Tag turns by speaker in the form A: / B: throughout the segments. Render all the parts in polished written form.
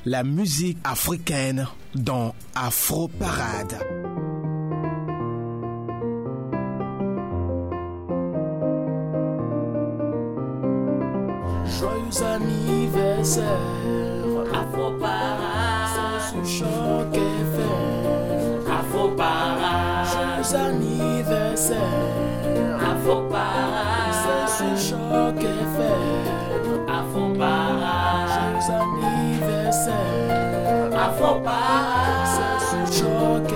A: La musique africaine dans Afro Parade.
B: Joyeux anniversaire,
C: Afro Parade,
B: c'est ce choc FM.
C: Afro Parade,
B: Joyeux anniversaire,
C: Afro Parade,
B: c'est ce choc FM.
C: Afro Parade,
B: Joyeux anniversaire,
C: Afro Parade,
B: c'est ce choc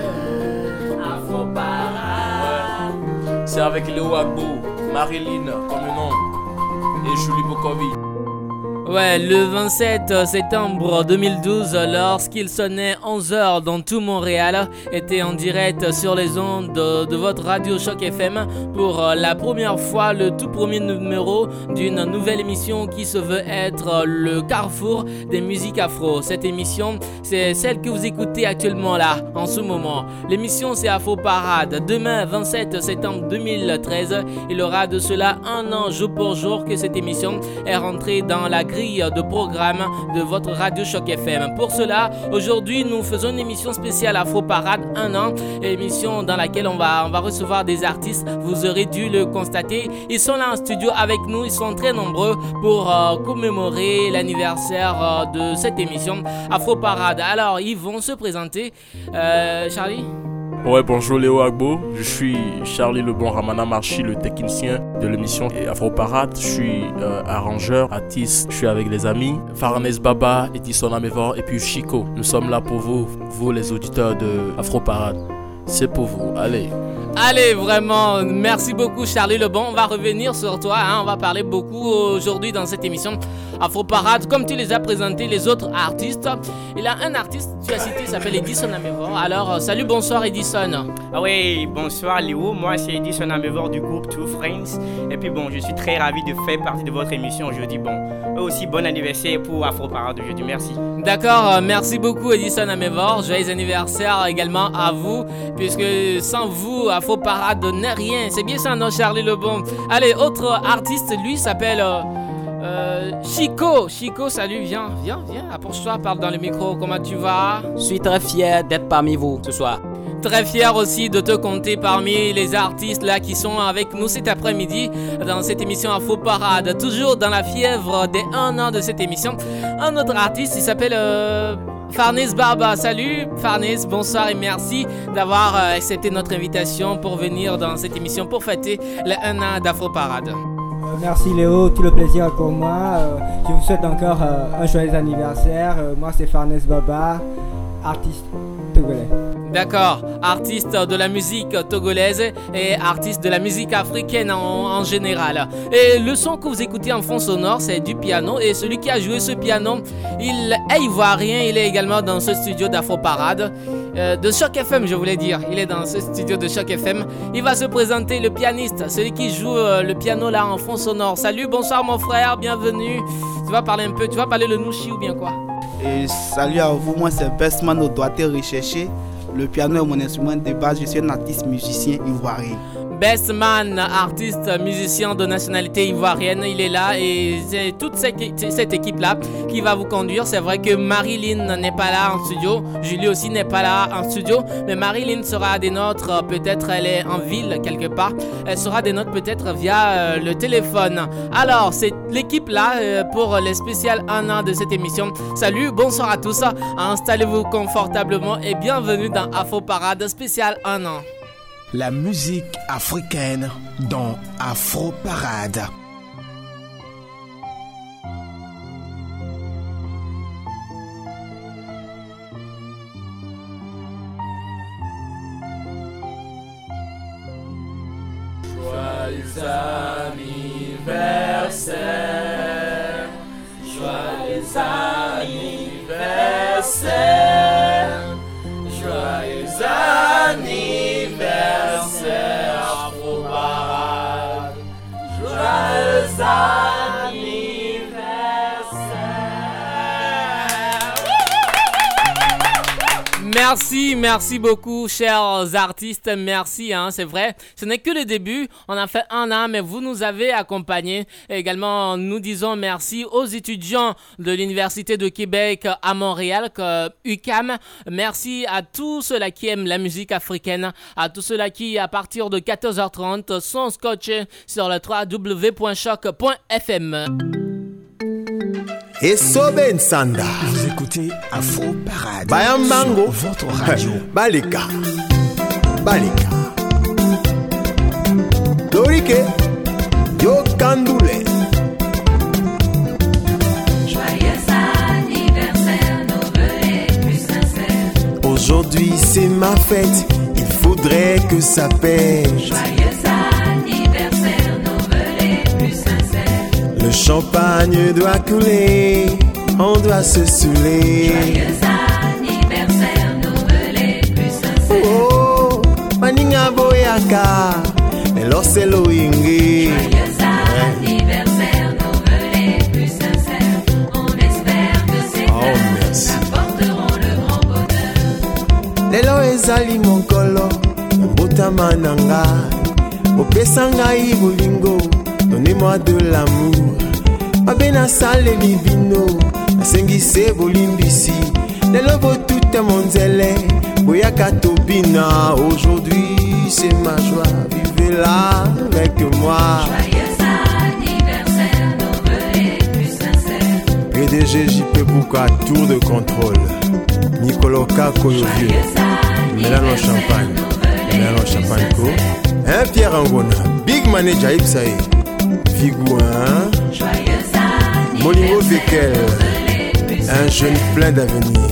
B: FM.
C: Afro Parade.
D: C'est avec Léo Agbo, Marilyn comme nom et Julie Bokovi.
E: Ouais, le 27 septembre 2012, lorsqu'il sonnait 11h dans tout Montréal, était en direct sur les ondes de votre radio Choc FM pour la première fois le tout premier numéro d'une nouvelle émission qui se veut être le carrefour des musiques afro. Cette émission, c'est celle que vous écoutez actuellement là, en ce moment. L'émission, c'est Afro Parade. Demain, 27 septembre 2013, il y aura de cela un an jour pour jour que cette émission est rentrée dans la grille de programme de votre radio Choc FM. Pour cela, aujourd'hui, nous faisons une émission spéciale Afro Parade 1 an, émission dans laquelle on va recevoir des artistes. Vous aurez dû le constater. Ils sont là en studio avec nous. Ils sont très nombreux pour commémorer l'anniversaire de cette émission Afro Parade. Alors, ils vont se présenter. Charlie?
D: Ouais, bonjour Léo Agbo, je suis Charlie Lebon Ramana Marchi, le technicien de l'émission Afro Parade. Je suis arrangeur, artiste, je suis avec les amis Farnèse Baba, Edison Amevor et puis Chico. Nous sommes là pour vous les auditeurs de Afro Parade. C'est pour vous, Allez, vraiment, merci beaucoup Charlie Lebon. On va revenir sur toi, on va parler beaucoup aujourd'hui dans cette émission Afro Parade. Comme tu les as présentés, les autres artistes, il y a un artiste, tu as cité, il s'appelle Edison Amevor. Alors, salut, bonsoir Edison.
F: Ah oui, bonsoir Léo, moi c'est Edison Amevor du groupe Two Friends. Et puis bon, je suis très ravi de faire partie de votre émission aujourd'hui. Bon, eux aussi, bon anniversaire pour Afro Parade aujourd'hui, merci.
E: D'accord, merci beaucoup Edison Amevor. Joyeux anniversaire également à vous, puisque sans vous, Afro Parade n'est rien. C'est bien ça, non, Charlie Lebon? Allez, autre artiste, lui s'appelle Chico. Chico, salut, viens, approche-toi, parle dans le micro. Comment tu vas?
G: Je suis très fier d'être parmi vous ce soir.
E: Très fier aussi de te compter parmi les artistes là qui sont avec nous cet après-midi dans cette émission Afro Parade. Toujours dans la fièvre des 1 an de cette émission. Un autre artiste, il s'appelle Farnèse Baba. Salut Farnèse, bonsoir et merci d'avoir accepté notre invitation pour venir dans cette émission pour fêter les 1 an d'Afro Parade.
H: Merci Léo, tout le plaisir est pour moi. Je vous souhaite encore un joyeux anniversaire. Moi c'est Farnèse Baba, artiste togolais.
E: D'accord, artiste de la musique togolaise et artiste de la musique africaine en général. Et le son que vous écoutez en fond sonore, c'est du piano. Et celui qui a joué ce piano, il est ivoirien. Il est également dans ce studio d'Afro Parade. De Choc FM, je voulais dire. Il est dans ce studio de Choc FM. Il va se présenter, le pianiste, celui qui joue le piano là en fond sonore. Salut, bonsoir mon frère, bienvenue. Tu vas parler un peu, tu vas parler le nouchi ou bien quoi?
I: Et salut à vous, moi c'est Bestman au doigté recherché. Le piano est mon instrument de base, je suis un artiste musicien ivoirien.
E: Bestman, artiste musicien de nationalité ivoirienne, il est là et c'est toute cette équipe-là qui va vous conduire. C'est vrai que Marilyn n'est pas là en studio, Julie aussi n'est pas là en studio, mais Marilyn sera des nôtres, peut-être elle est en ville quelque part, elle sera des nôtres peut-être via le téléphone. Alors, c'est l'équipe-là pour les spéciales 1 an de cette émission. Salut, bonsoir à tous, installez-vous confortablement et bienvenue dans Afro Parade spéciale 1 an.
A: La musique africaine dans Afro Parade.
B: Joyeux anniversaire, joyeux anniversaire, joyeux anniversaire, Afro Parade, joyeux
E: Merci beaucoup, chers artistes. Merci, c'est vrai. Ce n'est que le début. On a fait un an, mais vous nous avez accompagnés. Et également, nous disons merci aux étudiants de l'Université de Québec à Montréal, UQAM. Merci à tous ceux-là qui aiment la musique africaine, à tous ceux-là qui, à partir de 14h30, sont scotchés sur le www.choc.fm.
J: Et Soben Sanda.
A: Vous écoutez Afro Parade.
J: Bayambango.
A: Votre radio.
J: Balika. Dorike. Yo Kandoulé.
C: Joyeux anniversaire, nos vœux les plus sincères.
J: Aujourd'hui c'est ma fête, il faudrait que ça pète.
C: Joyeux anniversaire, nos vœux les plus sincères.
J: Le champagne doit couler, on doit se saouler.
C: Joyeux anniversaire, nos vœux les plus sincères.
J: Oh, maninga boyaka, elo selo ingi.
C: Joyeux anniversaire, nos vœux les plus sincères. On espère que ces fleurs apporteront le grand bonheur.
J: Lelo ezali mokolo, mbotama nanga. Opesa ngai bolingo, donnez-moi de l'amour. Mabena sale libino, nasengise bolimbisi. Lelo botute monzele, boyaka tobina. Aujourd'hui c'est ma joie, vivez-la avec moi.
C: Joyeux anniversaire, nos vœux les plus sincères.
J: PDG JP Bouka, tour de contrôle. Nicolo Kakoyo vieux, Mélano Champagne, Mélano Champagne Co. Un Pierre Angona, Big Manager Ipsae, Figou, Molingo Vekel, un jeune plein d'avenir.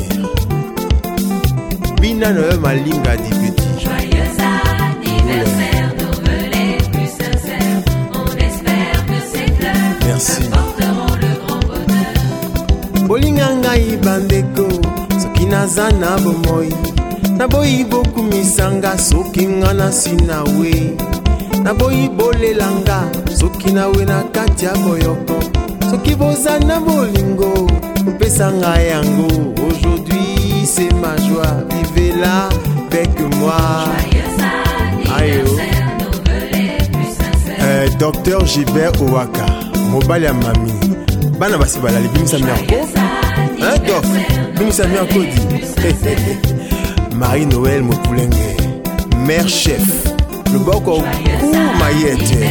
J: Binane Malinga dit petit.
C: Joyeux anniversaire, nos vœux les plus sincères. On espère que ces fleurs apporteront le grand bonheur.
J: Bolinganga ibandeko, soki naza na bomoi. Naboyi boku misanga, soki nga na sinawe. Naboyi bolelanga, soki nawe na kati ya boyoko. Soki boza na bolingo, mpesa nga yango. Aujourd'hui c'est ma joie, vivez-la avec moi.
C: Joyeux anniversaire, nos vœux les plus sincères.
J: Docteur Gilbert Owaka, mobile ya mami. Bana basi balali bimisa miako. Doc, bimisa miako di. Marie-Noël Mopulenge, mère chef. Le boko Mayete.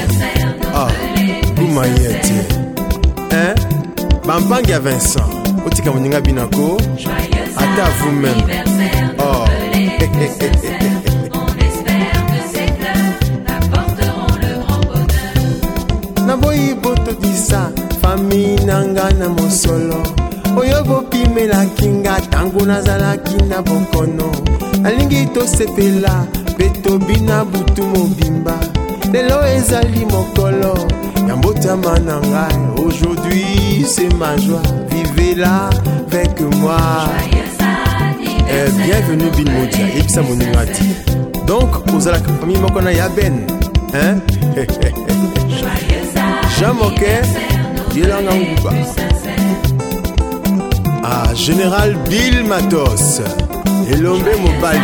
J: Mayete. Bambangi à Vincent. Otika Moninga Binako. Ata vous-même.
C: On espère que ces fleurs apporteront le grand bonheur.
J: Naboyi boto disa, famille nanga na mosolo. Oyo bopime la kinga, tango nazalaki na bokono. Alingi to sepela, beto bina butu mobimba. Lelo ezali mokolo, yambota manangai. Aujourd'hui c'est ma joie, vivez-la avec moi. Bienvenue Bin Modia, Ipsa Moningati. Donc, aux ala famille mokona yaben, Jamoke, Yelanga Nguba. Ah, Général Bill Matos, Elombe Mobali.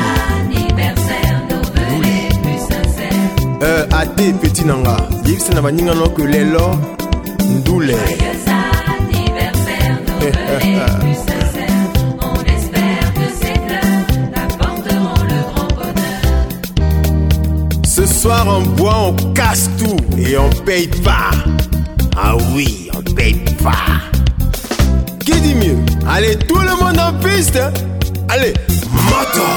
J: Ate Petit Nanga, Yipsa Nabaninga no que lelo, Ndoule.
C: On espère que ces fleurs apporteront le grand bonheur.
J: Ce soir on boit, on casse tout et on paye pas. Ah oui, on paye pas. Qui dit mieux? Allez, tout le monde en piste. Allez, moto.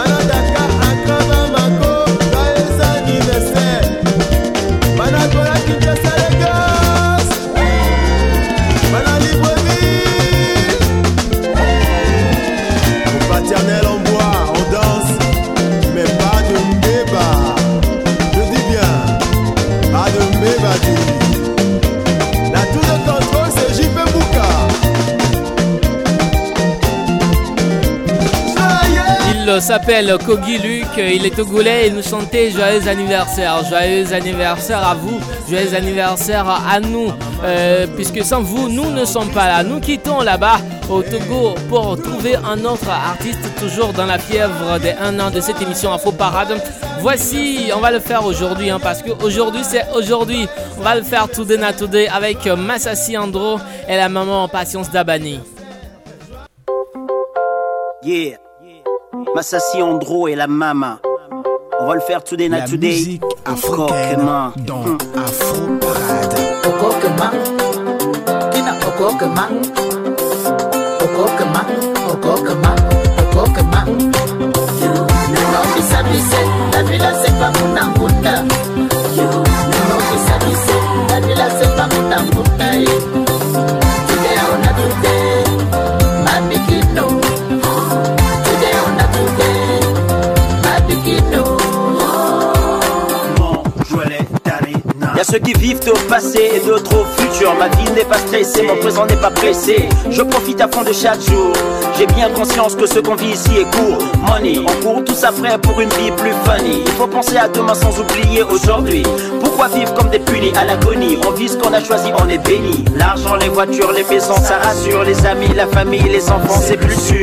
J: Joyeux
E: s'appelle Kogi Luc, il est togolais et il nous chantait joyeux anniversaire. Joyeux anniversaire à vous, joyeux anniversaire à nous, puisque sans vous, nous ne sommes pas là. Nous quittons là-bas au Togo pour trouver un autre artiste, toujours dans la fièvre des 1 an de cette émission Afro Parade. Voici, on va le faire aujourd'hui, parce qu'aujourd'hui c'est aujourd'hui. On va le faire today na today avec Massassi Andro et la maman Patience Dabani.
K: Yeah, Massassi Andro et la maman. On va le faire today na today.
A: La musique africaine dans Afro Parade.
L: Okokema, kina okokema, okokema, okokema, okokema. Non, bisabise, la villa c'est pas mon angunda. Non, bisabise, la villa c'est pas mon angunda. Today on a today, ma bikino. Today on a today, ma bikino.
K: Y'a ceux qui vivent au passé et d'autres au futur. Ma vie n'est pas stressée, mon présent n'est pas pressé. Je profite à fond de chaque jour. J'ai bien conscience que ce qu'on vit ici est court. Money, on court tous après pour une vie plus funny. Il faut penser à demain sans oublier aujourd'hui. Pourquoi vivre comme des punis à l'agonie? On vit ce qu'on a choisi, on est béni. L'argent, les voitures, les maisons, ça rassure. Les amis, la famille, les enfants, c'est plus sûr.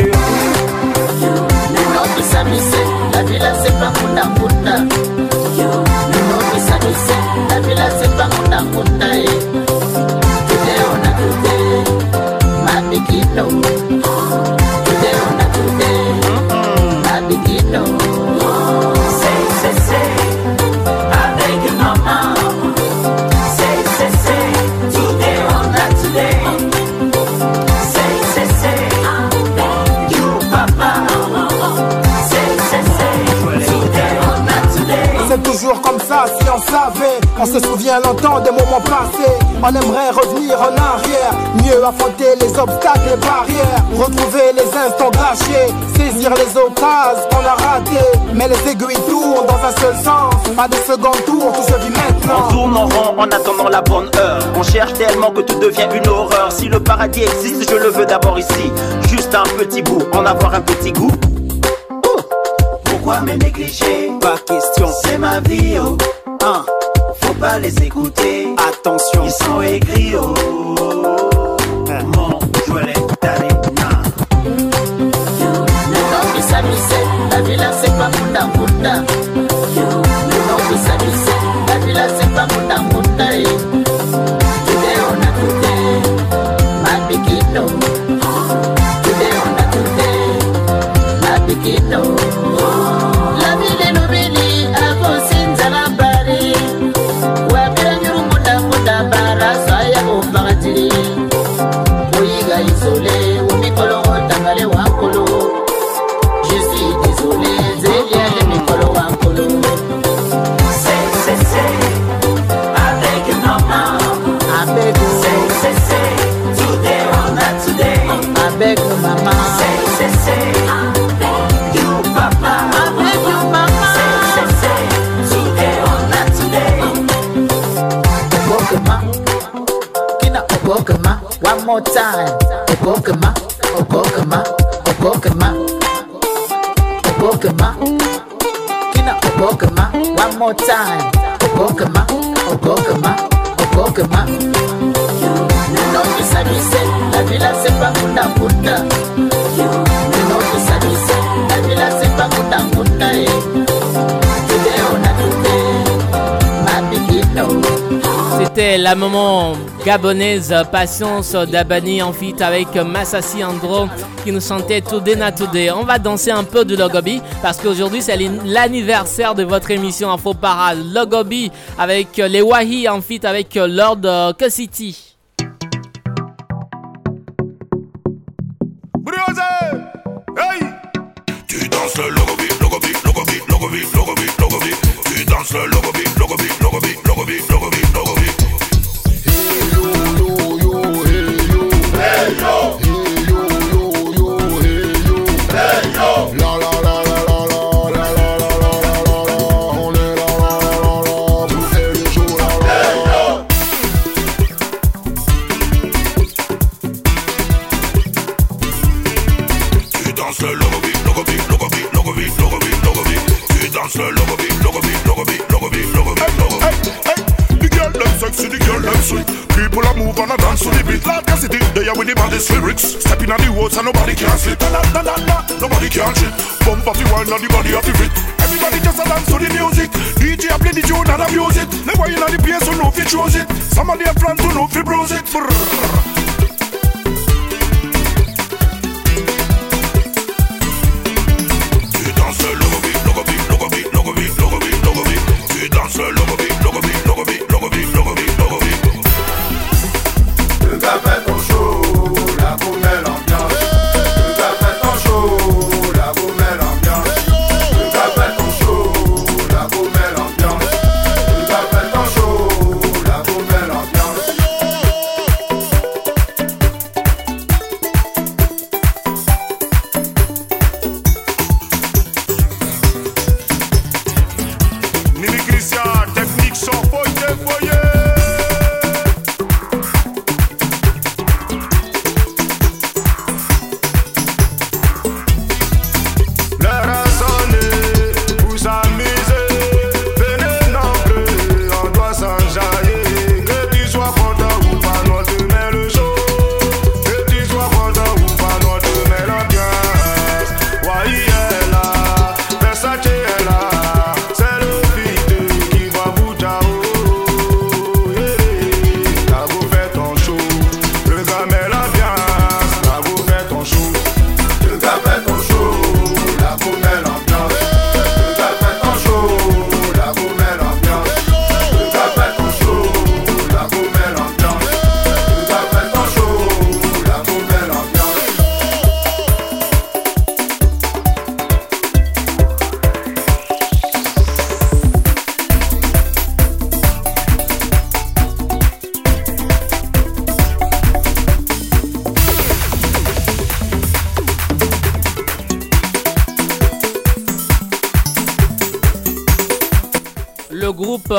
L: La villa c'est pas mon angunda. La villa c'est pas mon angunda. Today on a today, ma bikino. Today on a today, ma bikino. Say, avec maman. Say, today on a today. Say, you papa.
M: C'est toujours comme ça, si on savait. On se souvient longtemps des moments passés. On aimerait revenir en arrière, mieux affronter les obstacles et barrières, retrouver les instants gâchés, saisir les occasions qu'on a ratées. Mais les aiguilles tournent dans un seul sens, pas de second tour, tout se vit maintenant.
K: On tourne en rond en attendant la bonne heure. On cherche tellement que tout devient une horreur. Si le paradis existe, je le veux d'abord ici. Juste un petit bout, en avoir un petit goût.
L: Pourquoi me négliger?
K: Pas question,
L: c'est ma vie, oh. Faut pas les écouter.
K: Attention,
L: ils sont aigris, oh.
K: Mon jouet d'arena.
L: Non, la villa c'est pas mon angunda. Non, la villa c'est pas mon angunda. Today on a today, ma bikino. Today on a today, ma bikino. La ville est nobili, à cause de la barre. Wabira nyurumuda muda bara, soya au paradis. Oyiga isolé, ou mikolo tangale wankolo. Je suis désolé, Zélia le mikolo wankolo. C'est, avec maman. Avec c'est, today on a today. Avec maman. C'est, you papa. Avec you mama. C'est, today on a today. Okokema, kina okokema. One more time. Okokema, okokema, okokema. Okokema, kina okokema. One more time. Okokema, okokema, okokema. Non, la villa c'est pas mon angunda. Non, la villa c'est pas mon angunda. Today on a today, ma bikino.
E: C'était la maman gabonaise Patience Dabani en feat avec Massassi Andro qui nous chantait Today na Today. On va danser un peu de Logobi parce qu'aujourd'hui c'est l'anniversaire de votre émission Afro Parade. Logobi avec les Wahi en feat avec Lord City.
N: Hey! Tu danses le Logobi, Logobi, Logobi, Logobi, Logobi, Logobi. Tu danses le Logobi, Logobi, Logobi, Logobi, Logobi, Logobi. Hey yo, hey yo, la la la la la la la la la la la la, on est la la la la la, vous faites le jour la la. Tu danses le Logobi, Logobi, Logobi, Logobi, danses le logobi, logobi, logobi, logobi, logobi, logobi. Hey, the girl them sexy, the girl them sweet. People are move and a dance to the beat. Like Cassidy, they are with the baddest lyrics. Stepping on the woods and nobody can sleep. Na na na na, nobody can shit. Bump off the wine and the body of the fit. Everybody just a dance to the music. DJ a play the tune and abuse it. Never in the place who know if you choose it. Some of their friends who know if you bruise it. Tu danses le logobi, logobi, logobi, logobi, logobi, logobi. Tu danses le logobi, logobi, logobi, logobi, logobi, logobi.
O: Le gars fait ton show, la boum met l'ambiance. Le gars fait ton show, la boum met l'ambiance. Le gars fait ton show, la boum met l'ambiance. Le gars fait ton show, la boum met l'ambiance.
N: Nini Christian, technique sans foyer, foyer.
O: L'heure a sonné pour s'amuser. Venez nombreux, on doit s'enjailler. Que tu sois content ou pas, on te met le show. Que tu sois content ou pas, on te met l'ambiance. Wai est là, Versace est là. C'est le feat qui va vous tchao. T'as beau faire ton show, le gars met l'ambiance. T'as beau faire ton show, le gars fait ton show. La boum met l'ambiance. Le gars fait ton show, la boum met l'ambiance. Le gars fait ton show, la boum met l'ambiance. Le gars fait ton show, la boum met l'ambiance.
E: Le groupe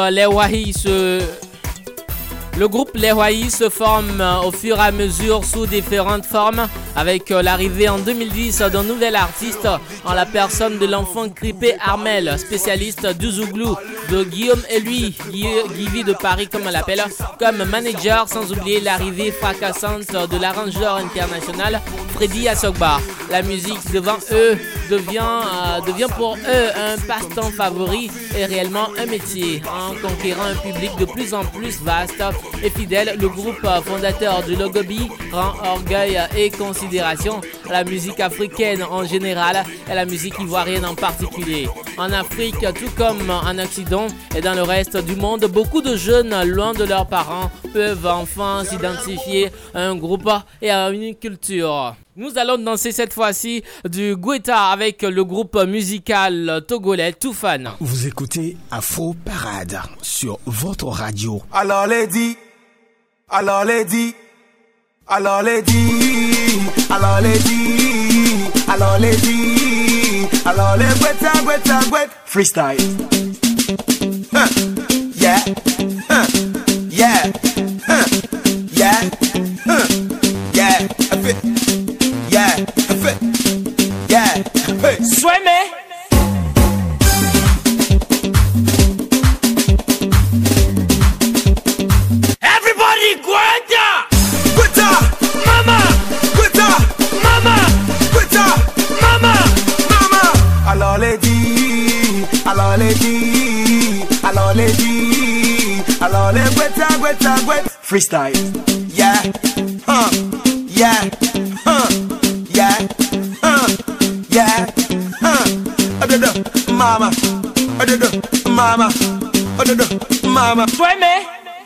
E: Les Wahis se forme au fur et à mesure sous différentes formes avec l'arrivée en 2010 d'un nouvel artiste en la personne de l'enfant crippé Armel, spécialiste du zouglou, de Guillaume et lui, Guivi de Paris comme on l'appelle, comme manager, sans oublier l'arrivée fracassante de l'arrangeur international Freddy Assogba. La musique devant eux devient pour eux un passe-temps favori et réellement un métier. En conquérant un public de plus en plus vaste et fidèle, le groupe fondateur du Logobi rend orgueil et considération à la musique africaine en général et à la musique ivoirienne en particulier. En Afrique, tout comme en Occident et dans le reste du monde, beaucoup de jeunes loin de leurs parents peuvent enfin s'identifier à un groupe et à une culture. Nous allons danser cette fois-ci du Guetta avec le groupe musical togolais Toufan.
A: Vous écoutez Afro Parade sur votre radio.
M: Alors les dit, alors les dit, alors les dit, alors les dit, alors les dit, alors les Guetta, Guetta, Guetta. Freestyle. Yeah. Yeah. Yeah. Yeah. Yeah. Yeah. Hey.
F: Sueme. Everybody, Guetta!
M: Guetta!
F: Mama!
M: Guetta!
F: Mama!
M: Guetta!
F: Mama!
M: Mama! Alors les dit, alors les dit, alors les dit, alors les Guetta, Guetta, Guetta. Freestyle. Yeah. Yeah. Yeah. Yeah. Mama. Mama. Mama.
F: Sueme.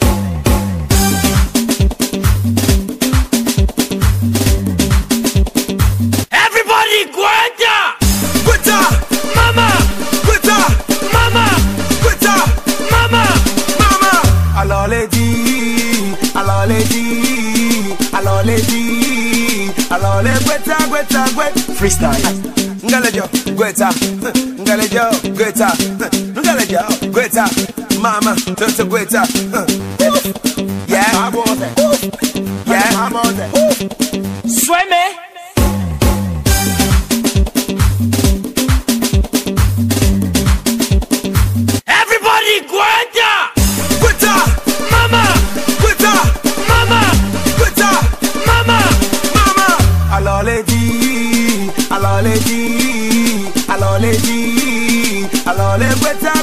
F: Everybody, Guetta!
M: Guetta!
F: Mama!
M: Guetta!
F: Mama!
M: Guetta!
F: Mama!
M: Mama! Alors les dit, alors les dit, alors les dit, alors les Guetta, Guetta, Guetta. Freestyle. Ngalejo, Guetta, Ngalejo, Guetta, Ngalejo, Guetta, Mama, Toto Guetta. Yeah, yeah,
F: Sueme.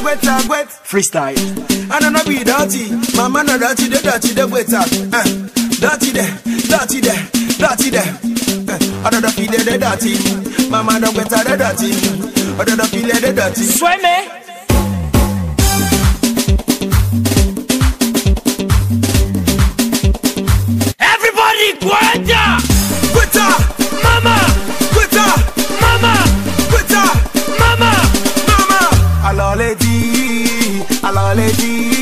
A: Freestyle.
M: I don't know be dirty. Mama no dirty, the weta. Dirty there. I don't feel the dirty. Mama no weta the dirty. I don't feel the dirty.
F: Sweme. Everybody, Gweta! Mama! Mama!
M: Alors les dit, alors les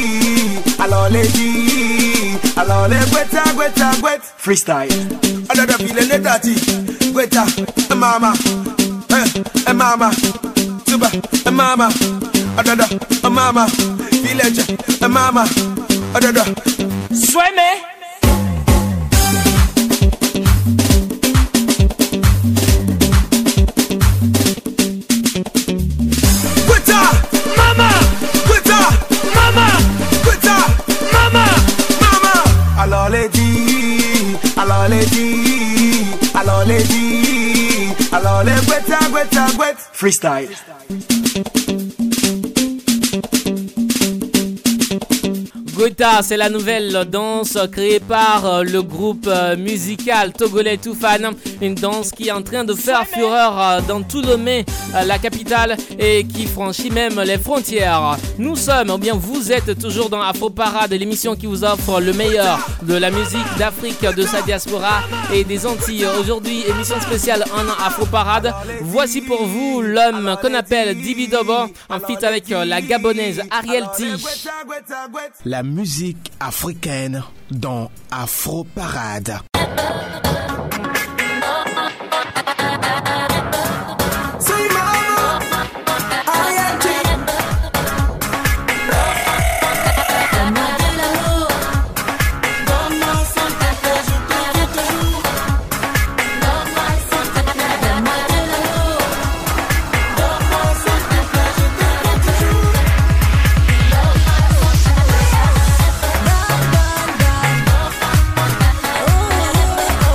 M: Gweta.
A: Freestyle.
M: I don't feel the dirty. Gweta, mama. Mama. Super, mama. I don't know, mama. Village, mama. I don't know.
F: Sweme.
M: Alors les Gweta.
A: Freestyle.
E: Gweta, c'est la nouvelle danse créée par le groupe musical togolais Toufan. Une danse qui est en train de faire fureur dans tout Lomé, la capitale, et qui franchit même les frontières. Nous sommes, ou bien vous êtes toujours dans Afro Parade, l'émission qui vous offre le meilleur de la musique d'Afrique, de sa diaspora et des Antilles. Aujourd'hui, émission spéciale en Afro Parade. Voici pour vous l'homme qu'on appelle Dibi Dobo, en feat avec la gabonaise Ariel T.
A: La musique africaine dans Afro Parade.
C: Oh,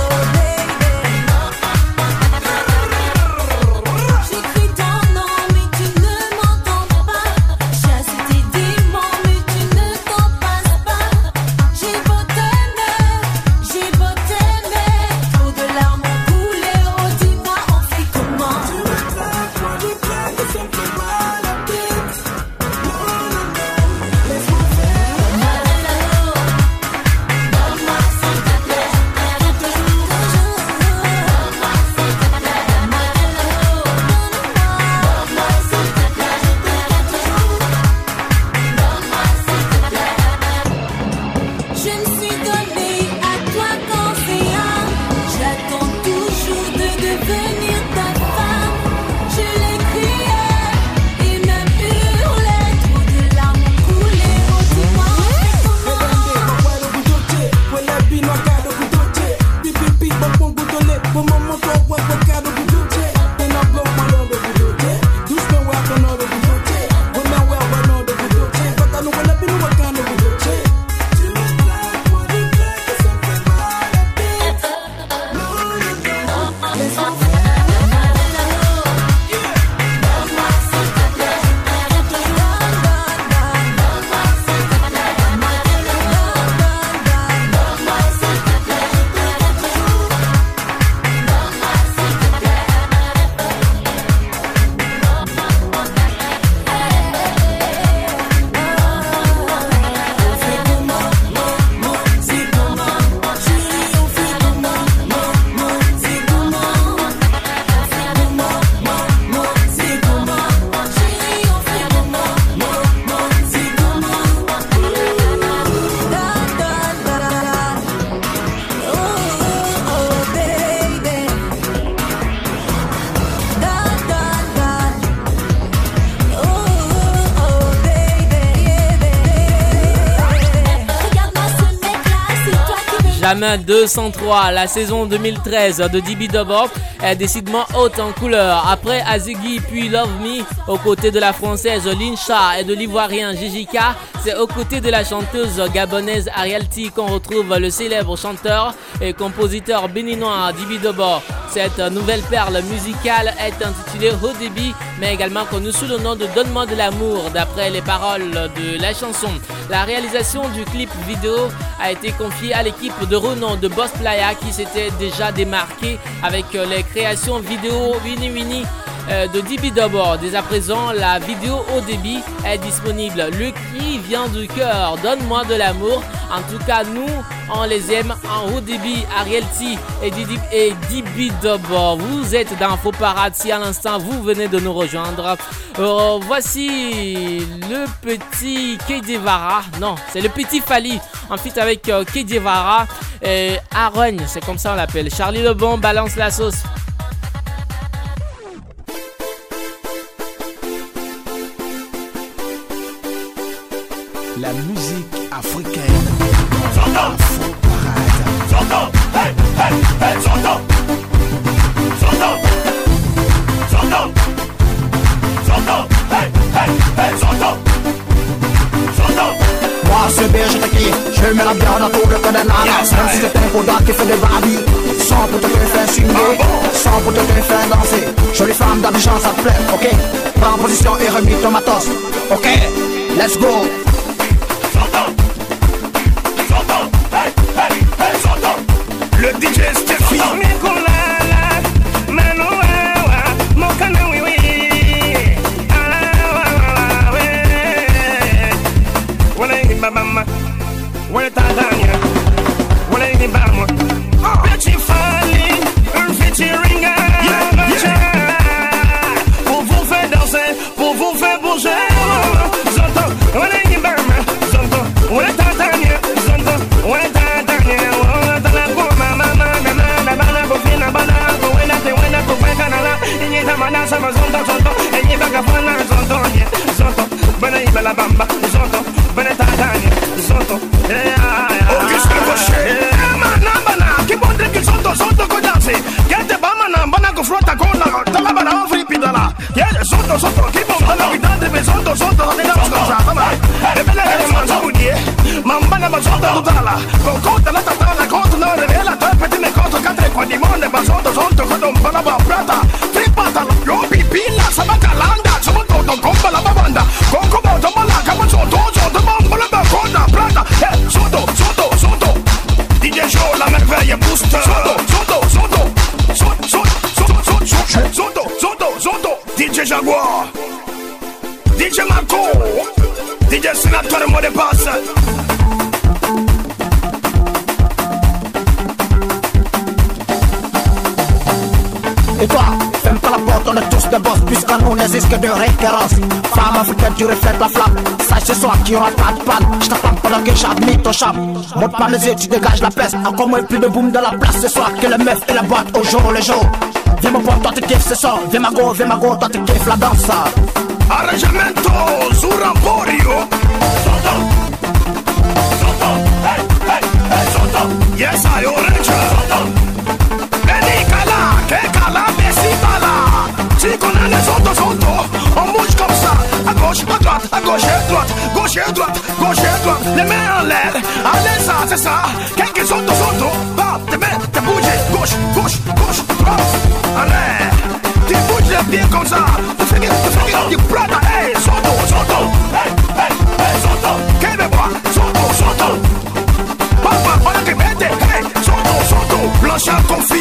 E: Jamais 203, la saison 2013 de DB Double est décidément haute en couleur. Après Azigui puis Love Me, aux côtés de la française Lincha et de l'ivoirien Jijika, c'est aux côtés de la chanteuse gabonaise Arielty qu'on retrouve le célèbre chanteur et compositeur béninois DB Double. Cette nouvelle perle musicale est intitulée Haut Débit, mais également connue sous le nom de Donne-moi de l'amour, d'après les paroles de la chanson. La réalisation du clip vidéo a été confiée à l'équipe de renom de Boss Playa qui s'était déjà démarqué avec les créations vidéo Winnie Winnie de DB Double. Dès à présent, la vidéo haut débit est disponible. Le cri vient du cœur, donne-moi de l'amour. En tout cas, nous, on les aime en haut débit. Arielty et DB Double. Vous êtes dans Faux Parade. Si à l'instant vous venez de nous rejoindre, voici le petit Kedevara. Non, c'est le petit Fali. En fait, avec Kedevara et Arogne, c'est comme ça on l'appelle. Charlie Lebon balance la sauce.
A: La musique africaine. Afro Parade.
N: Hey, hey, hey, Zonto. Hey, hey, hey, Zonto.
L: Moi c'est bien, je te kiffe, je mets la bière dans tout le code de nana. Même si c'est un poudre qui fait des babis, sans pour te faire swinguer, sans pour te faire danser. Jolie femme d'Abidjan, ça te plaît, ok? Prends position et remis ton matos, ok? Let's go!
N: Le DJ Steffi
P: pour vous faire danser, pour vous faire bouger. DJ Jaguar, DJ Marco, DJ Sénateur mot de passe.
L: Et toi, ferme pas la porte, on est tous des boss, puisqu'en nous n'existe que de référence. Femme africaine, tu reflètes la flamme. Sache ce soir qu'il y aura pas de panne. Je t'attends pendant que j'admire ton charme. Monte pas mes yeux, tu dégages la peste. Encore moins plus de boom de la place ce soir que les meufs et la boîte au jour le jour. Viens mon pote, toi tu kiffes ce son. Viens ma go, toi tu kiffes la danse.
N: Arrangiamento, Zuramborio. Soto, hey, hey, hey, Soto. Yes, I orange. Soto. Beni Kala, Kekala, Bessi Bala. Si qu'on a les Soto, on bouge comme ça. À gauche, à droite, à gauche et droite. Gauche et droite, gauche et droite. Les mains en l'air. Allez, ça, c'est ça. Quelques Soto, va, te mets, te bouge. Gauche, gauche, gauche, droite. Allez, tu bouges les pieds comme ça. Tu fais du prada, hey, Soto, hey, hey, hey, Soto. Québécois, Soto. Papa, on a que mette, hey, Soto. Blanchard confit.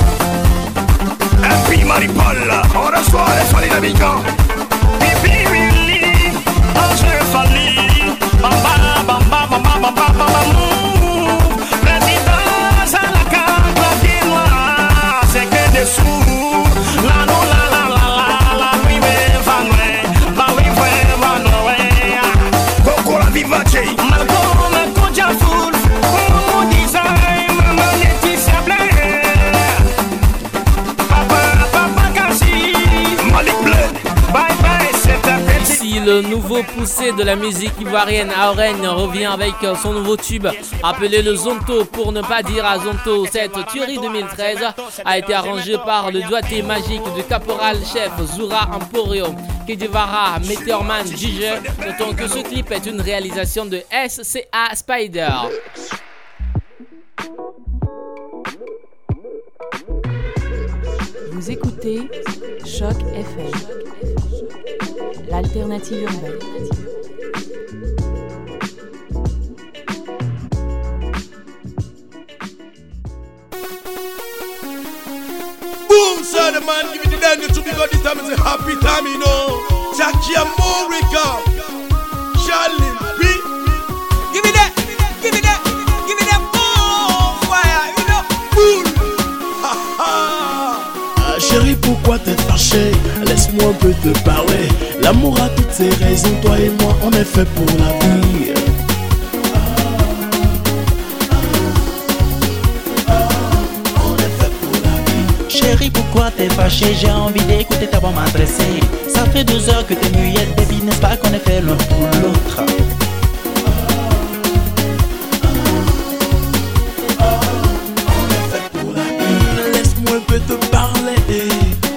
N: Et puis Marie-Paul, on reçoit les soins d'habitants. Pipi, Willy, Angers Fali, Bamba, Bamba, Bamba, Bamba, Bamba, présidence à la carte, la quinoa, c'est que des sous. La, la, la, la, la, la, oui, mais, va, oui, va,
E: nouveau poussé de la musique ivoirienne, Aoren revient avec son nouveau tube appelé le Zonto, pour ne pas dire à Zonto. Cette tuerie 2013 a été arrangée par le doigté magique du caporal chef Zura Emporio, Kidivara, Meteorman, DJ. Notons que ce clip est une réalisation de SCA Spider.
Q: Vous écoutez Choc FM, l'alternative urbaine.
R: Boom, son, the man, give me the danger to because this time is a happy time, you know. Jackie Amorica, Charlie B. Give me that, give me that, give me that boom, fire, you know. Boom, ha ha.
A: Chérie, pourquoi t'es fâché? Laisse-moi un peu te parler. L'amour a toutes ses raisons, toi et moi, on est fait pour la vie.
S: Chérie, pourquoi t'es fâché? J'ai envie d'écouter ta voix m'adresser. Ça fait 2 heures que t'es muette, baby, n'est-ce pas qu'on est fait l'un pour l'autre?
A: Laisse-moi un peu te parler.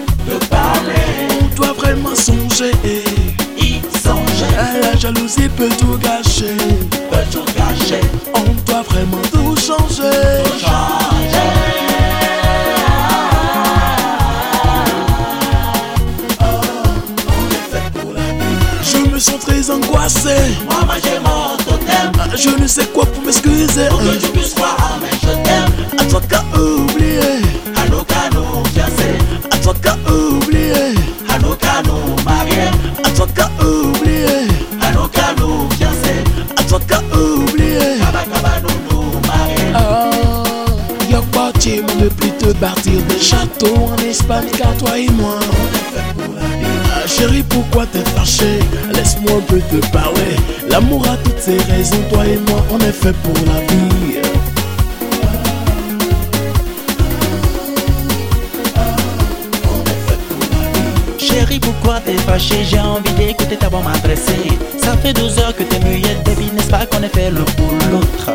A: On doit vraiment songer.
S: Y songer.
A: La jalousie peut tout gâcher. On doit vraiment tout changer. Je me sens très angoissé.
S: Moi j'ai mon totem.
A: Je ne sais quoi pour m'excuser.
S: Pour que tu puisses croire, mais je t'aime.
A: À toi qu'à oublier.
S: À nos canaux fiancés.
A: À toi qu'à oublier.
S: À nos canaux mariés.
A: À toi qu'à oublier.
S: À nos canaux fiancés.
A: À toi qu'à oublier.
S: Kaba nous mariés.
A: Oh, y'a pas tu ne plus te bâtir des châteaux en Espagne qu'à toi et moi. Chérie, pourquoi t'es fâché? Laisse-moi un peu te parler. L'amour a toutes ses raisons, toi et moi, on est fait pour la vie.
S: Chérie, pourquoi t'es fâché? J'ai envie d'écouter ta voix m'adresser. Ça fait 2 heures que t'es muette, baby, n'est-ce pas qu'on est fait l'un pour l'autre?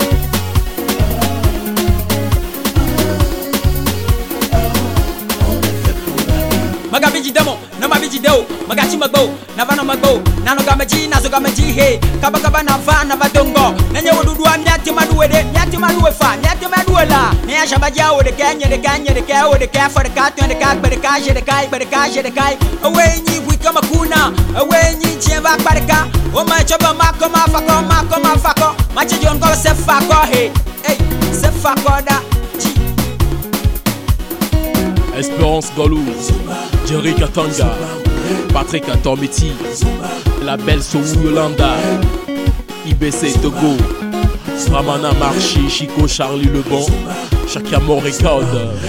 F: Magabiji demo, na mabiji deo, magachi magbo, na vano magbo, na no gamaji, na so gamaji he, kaba na va na badongo, na nyewo dudua nyati maduwe fa, nyati maduwe la, nya shabaja o de kanya de ka o de ka for the cat and the cat but the cash the kai, away ni we kama kuna, away ni cheva parka, o ma choba makoma fako, ma chijon go se fako he, hey, se fako da.
D: Espérance Galou, Jerry Katanga, Patrick Atormiti, la belle Soou Yolanda, IBC Togo, Ramana Marchi, Chico Charlie Lebon, Chakamo Record,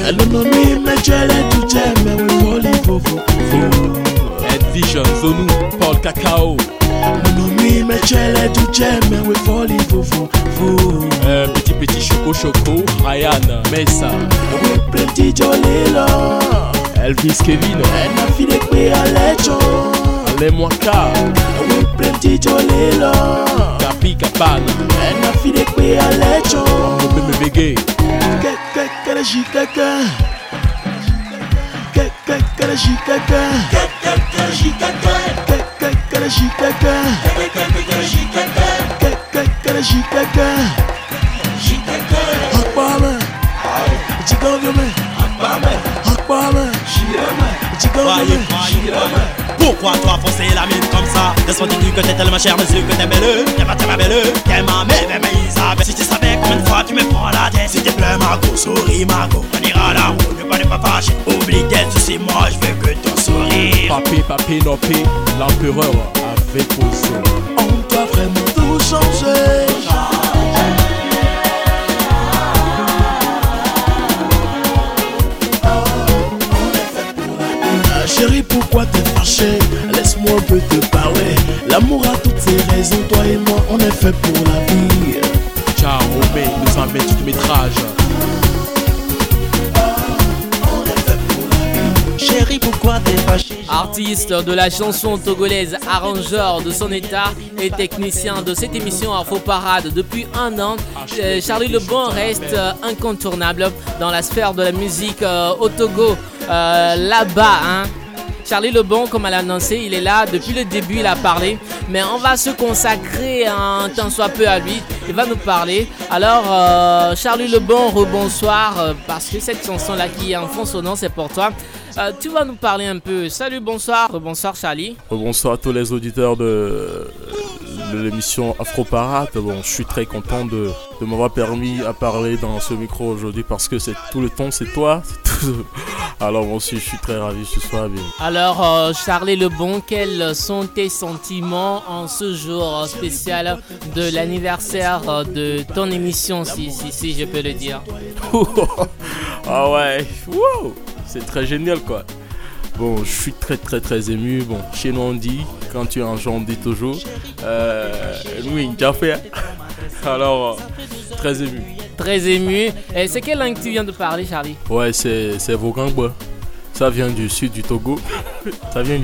D: Ed Vision, Zonou, Paul Cacao, Petit Choco, Ryan, Mesa,
A: Petit Jolilo,
D: Elvis Kevin, Ale Mwaka,
A: Petit Jolilo,
D: Capi Capane, Mbebe Bege,
S: Pourquoi toi foncer la mine comme ça? Laisse-moi te dire que t'es tellement cher, monsieur, que t'es belle, t'es pas tellement belle, t'es ma mère, mais Isabelle. Si tu savais combien de fois tu me prends la tête, s'il te plaît, Margot, souris, Margot. On ira la route, ne pas fâcher. Oublie d'être souci, moi je veux que ton sourire.
D: Papé, nopé, l'empereur avait posé.
A: On doit vraiment tout changer. Chérie, pourquoi t'es fâché? Laisse-moi un peu te parler. L'amour a toutes ses raisons, toi et moi, on est fait pour la vie.
D: Ciao, Romé, nous amène tout métrage.
S: Chérie, pourquoi t'es fâché?
E: Artiste de la chanson togolaise, arrangeur de son état et technicien de cette émission Afro Parade depuis un an, Charlie Lebon reste incontournable dans la sphère de la musique au Togo, là-bas, hein. Charlie Lebon, comme elle a annoncé, il est là depuis le début, il a parlé, mais on va se consacrer un tant soit peu à lui, il va nous parler. Alors Charlie Lebon, rebonsoir, parce que cette chanson-là qui est en fond sonore, c'est pour toi. Tu vas nous parler un peu. Salut, bonsoir. Bonsoir Charlie.
D: Bonsoir à tous les auditeurs de l'émission Afro Parade. Bon, je suis très content de m'avoir permis à parler dans ce micro aujourd'hui parce que c'est tout le temps, c'est toi. Alors moi aussi, je suis très ravi ce soir. Bien.
E: Alors Charlie Lebon, quels sont tes sentiments en ce jour spécial de l'anniversaire de ton émission, si je peux le dire?
D: Ah ouais, wow. C'est très génial quoi. Bon, je suis très ému. Bon, chez nous on dit, quand tu es un genre on dit toujours oui, tu as fait. Alors, très ému.
E: Très ému. Et c'est quelle langue tu viens de parler, Charlie?
D: Ouais, c'est Vogangba. Ça vient du sud du Togo. Ça vient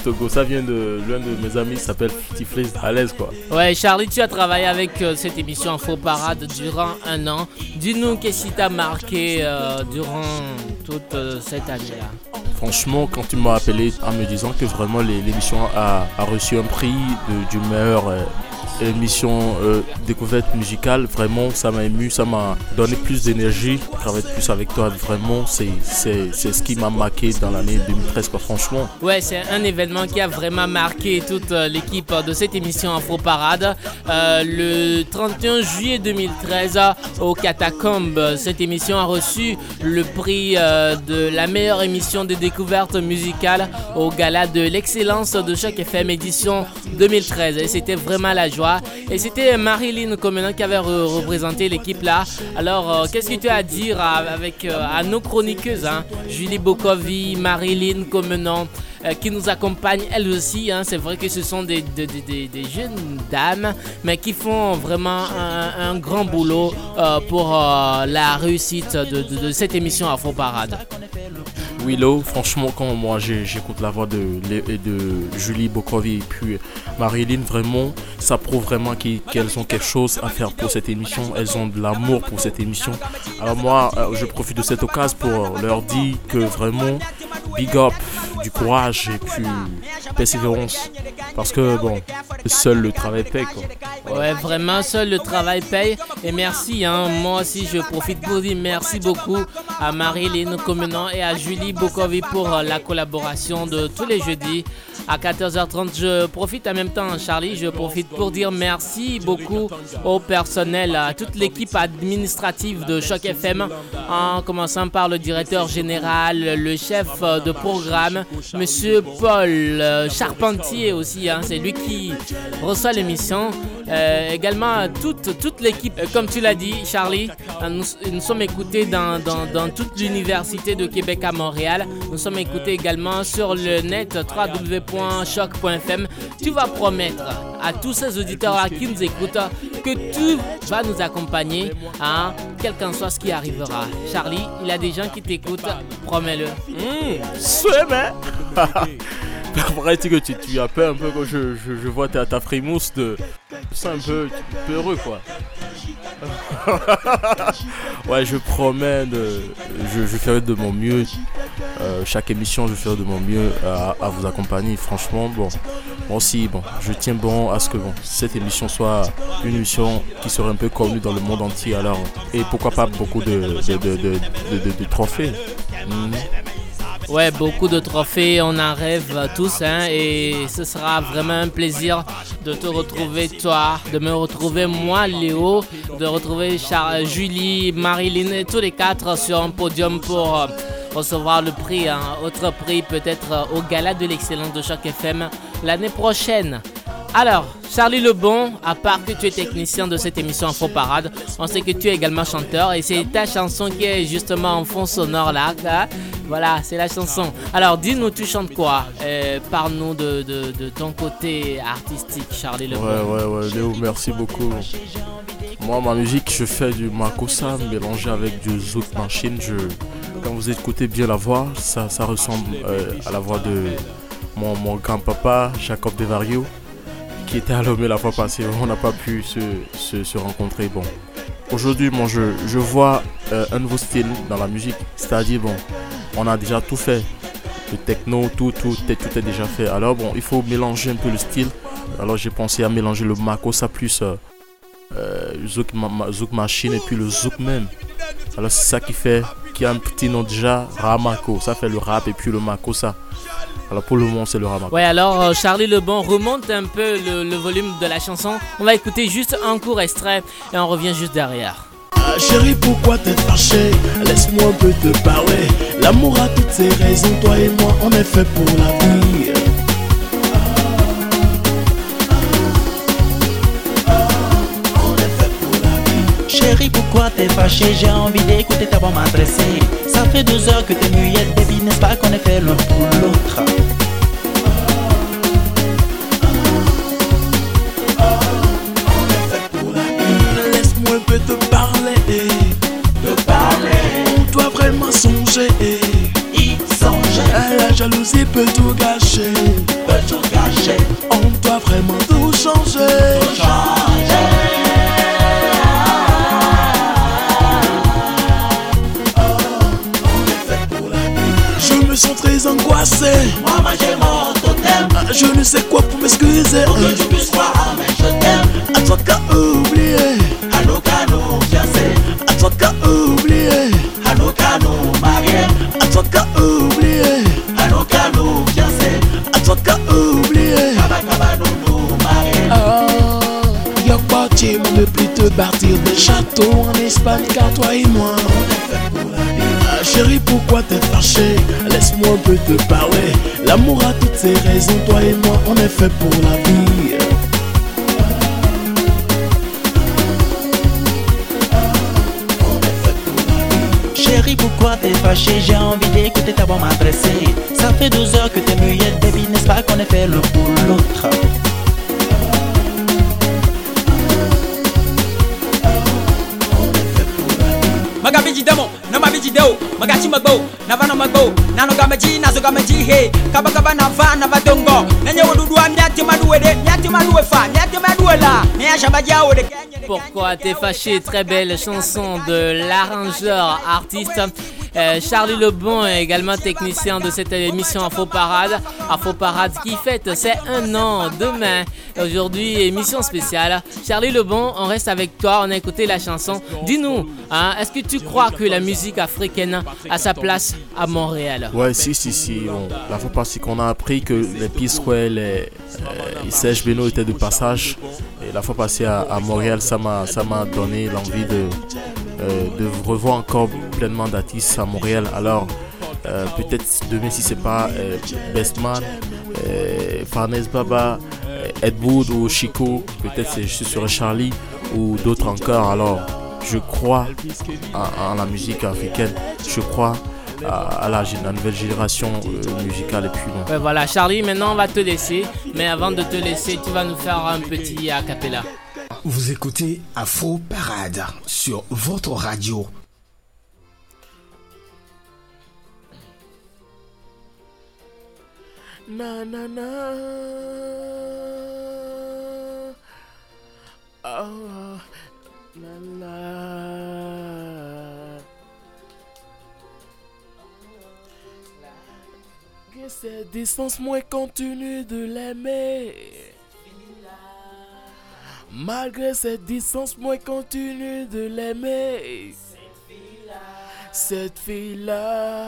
D: de l'un de mes amis qui s'appelle Tiflis à l'aise quoi.
E: Ouais, Charlie, tu as travaillé avec cette émission Afro Parade durant un an. Dis-nous qu'est-ce qui t'a marqué durant toute cette année-là.
D: Franchement, quand tu m'as appelé en me disant que vraiment l'émission a reçu un prix du meilleur émission découverte musicale, vraiment ça m'a ému, ça m'a donné plus d'énergie, travailler plus avec toi, vraiment c'est ce qui m'a marqué dans l'année 2013 quoi, franchement.
E: Ouais, c'est un événement qui a vraiment marqué toute l'équipe de cette émission Afro Parade. Le 31 juillet 2013 au Catacombes, cette émission a reçu le prix de la meilleure émission de découverte musicale au gala de l'excellence de Choc FM édition 2013 et c'était vraiment la joie. Et c'était Marilyn Comenant qui avait représenté l'équipe là. Alors qu'est-ce que tu as à dire à nos chroniqueuses, hein? Julie Bokovi, Marilyn Comenant qui nous accompagnent elles aussi, hein? C'est vrai que ce sont des jeunes dames mais qui font vraiment un grand boulot pour la réussite de cette émission Afro Parade.
D: Willow, franchement quand moi j'écoute la voix de Julie Bokovi et puis Marilyn, vraiment ça prouve vraiment qu'elles ont quelque chose à faire pour cette émission, elles ont de l'amour pour cette émission. Alors moi je profite de cette occasion pour leur dire que vraiment big up, du courage et puis persévérance parce que bon, seul le travail paye quoi.
E: Ouais, vraiment seul le travail paye et merci, hein. Moi aussi je profite pour dire merci beaucoup à Marilyn Comenant et à Julie Bokovi pour la collaboration de tous les jeudis à 14h30. Je profite en même temps, Charlie, je profite pour dire merci beaucoup au personnel, à toute l'équipe administrative de Choc FM, en commençant par le directeur général, le chef de programme, Monsieur Paul Charpentier aussi, hein, c'est lui qui reçoit l'émission. Également toute l'équipe, comme tu l'as dit, Charlie, nous sommes écoutés dans toute l'université de Québec à Montréal. Nous sommes écoutés également sur le net www.choc.fm. Tu vas promettre à tous ces auditeurs-là qui nous écoutent que tu vas nous accompagner, hein, quel qu'en soit ce qui arrivera. Charlie, il y a des gens qui t'écoutent, promets-le.
D: Après, tu as peur un peu quand je vois ta frimousse de... C'est un peu heureux quoi. Ouais, je promets je ferai de mon mieux. Chaque émission, je ferai de mon mieux à vous accompagner. Franchement, bon, moi aussi, bon, je tiens bon à ce que cette émission soit une émission qui serait un peu connue dans le monde entier. Alors, et pourquoi pas beaucoup de trophées.
E: Ouais, beaucoup de trophées, on en rêve tous, hein, et ce sera vraiment un plaisir de te retrouver toi, de me retrouver moi, Léo, de retrouver Julie, Marilyn et tous les quatre sur un podium pour recevoir le prix, hein, autre prix peut-être au gala de l'excellence de Choc FM l'année prochaine. Alors, Charlie Lebon, à part que tu es technicien de cette émission Afro Parade, on sait que tu es également chanteur et c'est ta chanson qui est justement en fond sonore là. Voilà, c'est la chanson. Alors, dis-nous, tu chantes quoi? Parle-nous de ton côté artistique, Charlie Lebon.
D: Ouais, Léo, merci beaucoup. Moi, ma musique, je fais du makossa mélangé avec du zouk machine. quand vous écoutez bien la voix, ça ressemble à la voix de mon grand-papa Jacob Devario, qui était à Lomé la fois passée. On n'a pas pu se rencontrer. Bon, aujourd'hui, je vois un nouveau style dans la musique. C'est-à-dire, bon, on a déjà tout fait. Le techno, tout est déjà fait. Alors, bon, il faut mélanger un peu le style. Alors, j'ai pensé à mélanger le makossa plus zouk machine et puis le zouk même. Alors, c'est ça qui a un petit nom déjà, Ramako. Ça fait le rap et puis le makossa. Alors pour le moment c'est le Ramako.
E: Ouais, alors Charlie Lebon remonte un peu le volume de la chanson. On va écouter juste un court extrait et on revient juste derrière.
A: Chérie, pourquoi t'es fâché? Laisse-moi un peu te parler. L'amour a toutes ses raisons, toi et moi on est fait pour la vie.
K: Chérie, pourquoi t'es fâché? J'ai envie d'écouter ta voix m'adresser. Ça fait 2 heures que t'es muette, baby, n'est-ce pas qu'on est fait l'un pour l'autre?
A: Laisse-moi un peu te parler. On doit vraiment songer.
K: Y songer.
A: La jalousie peut tout gâcher. On doit vraiment tout changer. Je me sens très angoissé.
K: Moi j'ai mon totem.
A: Je ne sais quoi pour m'excuser.
K: Pour que tu puisses croire, mais je t'aime.
A: À toi qu'à oublier.
K: Allô, cano, fiancé.
A: À toi qu'à oublier.
K: Allô, cano, marié.
A: À toi qu'à oublier.
K: Allô, cano, fiancé.
A: À toi qu'à oublier.
K: Kaba, nounou, marié.
A: Oh, y'a pas tu ne peux plus te partir des châteaux en Espagne car toi et moi on est fait pour la vie. Chérie, pourquoi t'es fâché? Laisse-moi un peu te parler. L'amour a toutes ses raisons, toi et moi on est fait pour la vie.
K: Chérie, pourquoi t'es fâché? J'ai envie d'écouter ta voix m'adresser. Ça fait 12 heures que t'es muette, baby, n'est-ce pas qu'on est fait l'un pour l'autre?
F: Magabiji demo, namabiji deo, magachi magbo, navano magbo, nano gamaji, nazo gamaji he, kaba nava, navadongo, nenye wodudua, nyati maduwe fa, nyati maduwe la, nyati shabaja ode.
E: Pourquoi t'es fâché? Très belle chanson de l'arrangeur artiste Charlie Lebon, également technicien de cette émission Afro Parade qui fête ses 1 an demain. Aujourd'hui, émission spéciale. Charlie Lebon, on reste avec toi, on a écouté la chanson. Dis-nous, est-ce que tu crois que la musique africaine a sa place à Montréal?
D: Ouais, si. Bon, la fois passée qu'on a appris que les P-Square et Serge Beno étaient de passage. Et la fois passée à Montréal, ça m'a donné l'envie de revoir encore pleinement d'artistes à Montréal. Alors peut-être demain, si c'est pas Bestman, Farnese Baba, Ed Wood ou Chico, peut-être je serai Charlie ou d'autres encore. Alors je crois en la musique africaine, je crois à la nouvelle génération musicale. Et puis bon.
E: Ouais, voilà Charlie, maintenant on va te laisser, mais avant de te laisser, tu vas nous faire un petit a cappella.
T: Vous écoutez Afro Parade sur votre radio.
A: Na na na. Oh, na na. Que cette distance, moi continue de l'aimer. Malgré cette distance, moi continue de l'aimer. Cette fille-là.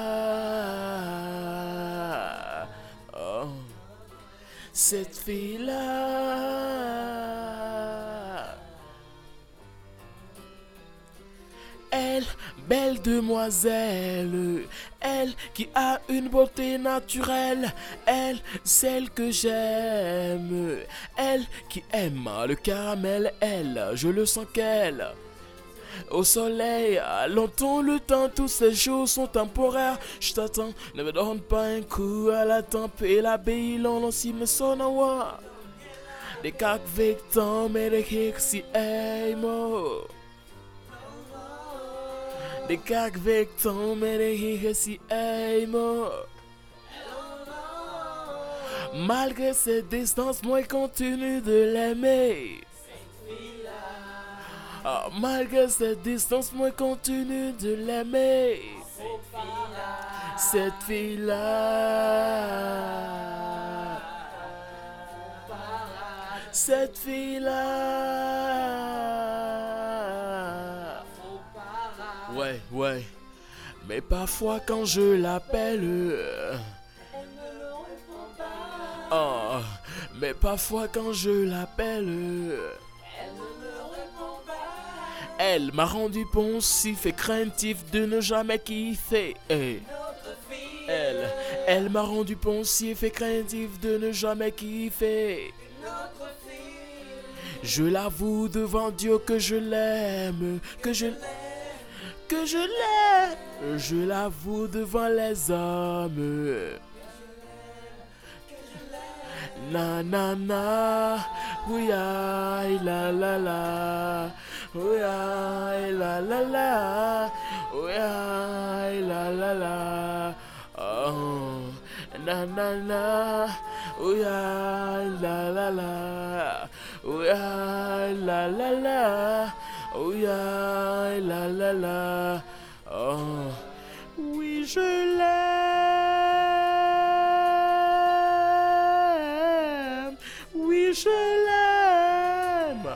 A: Oh. Cette fille-là. Elle, belle demoiselle, elle qui a une beauté naturelle, elle, celle que j'aime, elle qui aime le caramel, elle, je le sens qu'elle. Au soleil, longtemps le temps, tous ces jours sont temporaires. Je t'attends, ne me donne pas un coup à la tempe et la bille, l'on si me sonne à moi. Des cacs victimes et des hicks si aimo. De kijk weg tom en de hier si emo. Malgré cette distance, moi continue de l'aimer. Malgré cette distance, moi continue de l'aimer. Cette fille-là. Cette fille-là. Ouais. Mais parfois quand je l'appelle. Mais parfois quand je l'appelle. Elle m'a rendu pensif et craintif de ne jamais kiffer. Elle m'a rendu pensif et craintif de ne jamais kiffer. Je l'avoue devant Dieu que je l'aime, que je l'aime. Je l'avoue devant les hommes. Na na na, ouya la la la, ouya la la la, ouya la la la, oh na na na, ouya la la la, ouya la la la, ouya la la la, oh oui je l'aime. Oui, je l'aime.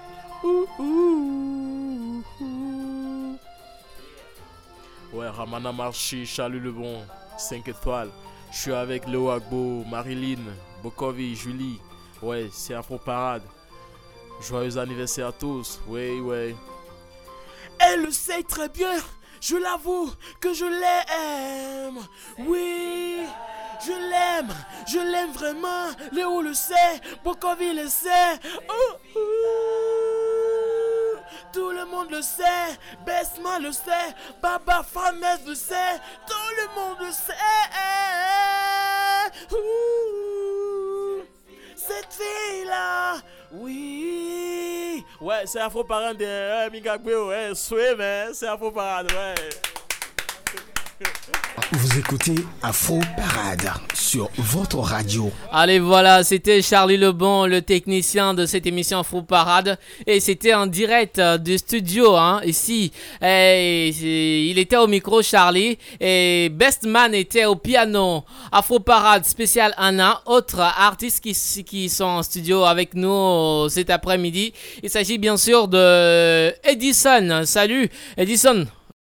A: Ouais, Ramana Marchi, Charlie le bon, 5 étoiles. Je suis avec Léo Agbo, Marilyn, Bokovi, Julie. Ouais, c'est Afro Parade. Joyeux anniversaire à tous. Ouais. Elle le sait très bien. Je l'avoue que je l'aime. Oui. Je l'aime vraiment. Léo le sait, Bokovi le sait. Tout le monde le sait, Besma le sait, Baba Farnèse le sait, tout le monde le sait. Cette fille-là, oui. Ouais, c'est Afro Parade de Migagbe, ouais, c'est Afro Parade, ouais.
T: Vous écoutez Afro Parade sur votre radio.
E: Allez, voilà, c'était Charlie Lebon, le technicien de cette émission Afro Parade. Et c'était en direct du studio, ici. Et il était au micro, Charlie. Et Bestman était au piano. Afro Parade spécial Anna. Autres artistes qui sont en studio avec nous cet après-midi. Il s'agit bien sûr de Edison. Salut, Edison.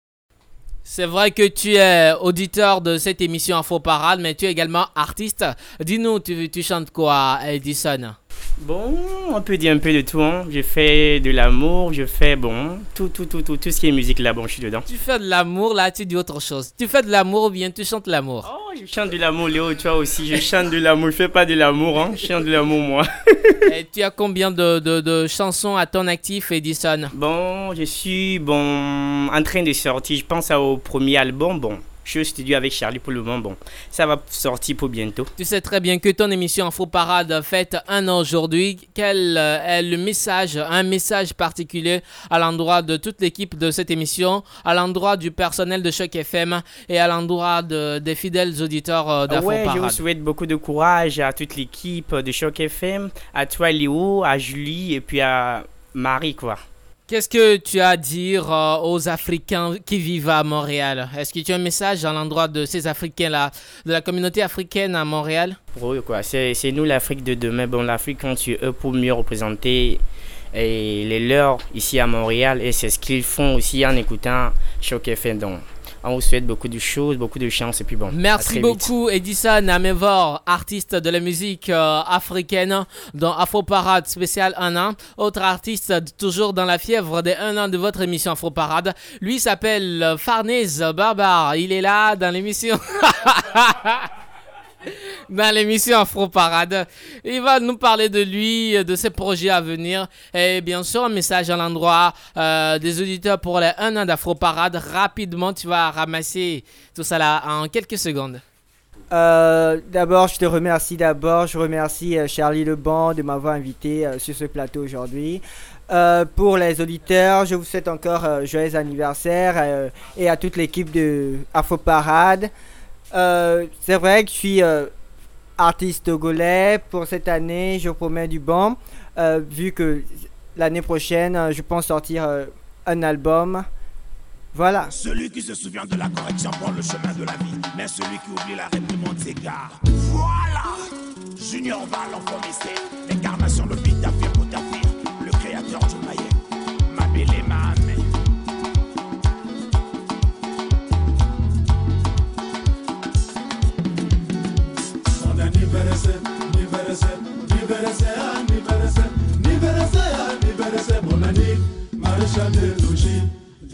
E: C'est vrai que tu es auditeur de cette émission Afro Parade, mais tu es également artiste. Dis-nous, tu chantes quoi, Edison?
U: Bon, on peut dire un peu de tout. Je fais de l'amour, je fais tout ce qui est musique là, je suis dedans.
E: Tu fais de l'amour, là, tu dis autre chose. Tu fais de l'amour ou bien tu chantes l'amour?
U: Oh, je chante de l'amour, Léo, toi aussi. Je chante de l'amour, je fais pas de l'amour, je chante de l'amour, moi.
E: Et tu as combien de chansons à ton actif, Edison?
U: Bon, je suis en train de sortir, je pense au premier album, Je suis au studio avec Charlie pour le moment. Ça va sortir pour bientôt.
E: Tu sais très bien que ton émission Afro Parade fête 1 an aujourd'hui. Quel est le message, un message particulier à l'endroit de toute l'équipe de cette émission, à l'endroit du personnel de Choc FM et à l'endroit des fidèles auditeurs d'Afro Parade?
U: Je vous souhaite beaucoup de courage à toute l'équipe de Choc FM, à toi Léo, à Julie et puis à Marie, quoi.
E: Qu'est-ce que tu as à dire aux Africains qui vivent à Montréal? Est-ce que tu as un message à l'endroit de ces Africains-là, de la communauté africaine à Montréal?
U: Oui, quoi. C'est nous l'Afrique de demain. L'Afrique compte sur eux pour mieux représenter les leurs ici à Montréal. Et c'est ce qu'ils font aussi en écoutant Choc FM. Donc, on vous souhaite beaucoup de choses, beaucoup de chance et puis
E: Merci beaucoup Edison Amevor, artiste de la musique africaine dans Afro Parade spécial 1 an. Autre artiste toujours dans la fièvre des 1 an de votre émission Afro Parade. Lui s'appelle Farnèse Baba. Il est là dans l'émission. Dans l'émission Afro Parade. Il va nous parler de lui, de ses projets à venir et bien sûr un message à l'endroit des auditeurs pour les 1 an d'Afro Parade. Rapidement, tu vas ramasser tout ça là en quelques secondes.
H: D'abord, je te remercie. Je remercie Charlie Lebon de m'avoir invité sur ce plateau aujourd'hui. Pour les auditeurs, je vous souhaite encore joyeux anniversaire et à toute l'équipe de Afro Parade. C'est vrai que je suis artiste togolais. Pour cette année, je promets du bon. Vu que l'année prochaine, je pense sortir un album. Voilà.
N: Celui qui se souvient de la correction prend le chemin de la vie, mais celui qui oublie la réprimande s'égare. Voilà. Junior va l'enfant lycée, l'incarnation de Vita fait pour t'affir, le créateur du maillet, ma belle et ma amie.
B: Mon anniversaire, mon année, maréchal de logis.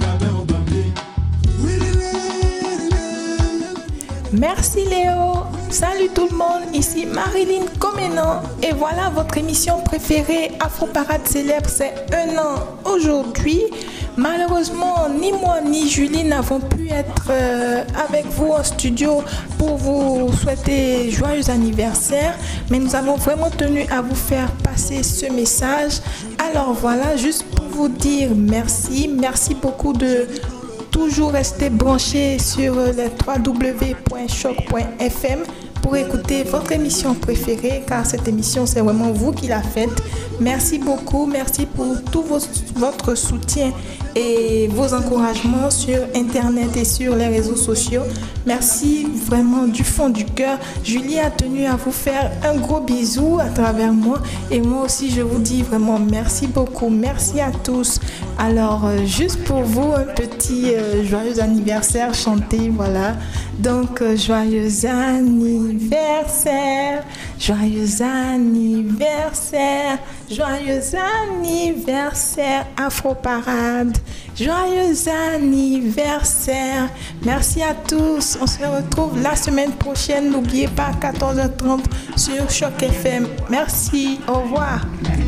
G: Merci Léo. Salut tout le monde, ici Marilyn Comenan et voilà votre émission préférée Afro Parade célèbre ses 1 an aujourd'hui. Malheureusement, ni moi ni Julie n'avons pu être avec vous en studio pour vous souhaiter joyeux anniversaire, mais nous avons vraiment tenu à vous faire passer ce message. Alors voilà, juste pour vous dire merci beaucoup de toujours rester branché sur les www.choc.fm pour écouter votre émission préférée, car cette émission, c'est vraiment vous qui la faites. Merci beaucoup, merci pour tout votre soutien et vos encouragements sur Internet et sur les réseaux sociaux. Merci vraiment du fond du cœur. Julie a tenu à vous faire un gros bisou à travers moi et moi aussi, je vous dis vraiment merci beaucoup. Merci à tous. Alors, juste pour vous, un petit joyeux anniversaire chanté, voilà. Donc, joyeux anniversaire, joyeux anniversaire, joyeux anniversaire Afro Parade, joyeux anniversaire. Merci à tous. On se retrouve la semaine prochaine. N'oubliez pas 14h30 sur Choc FM. Merci. Au revoir.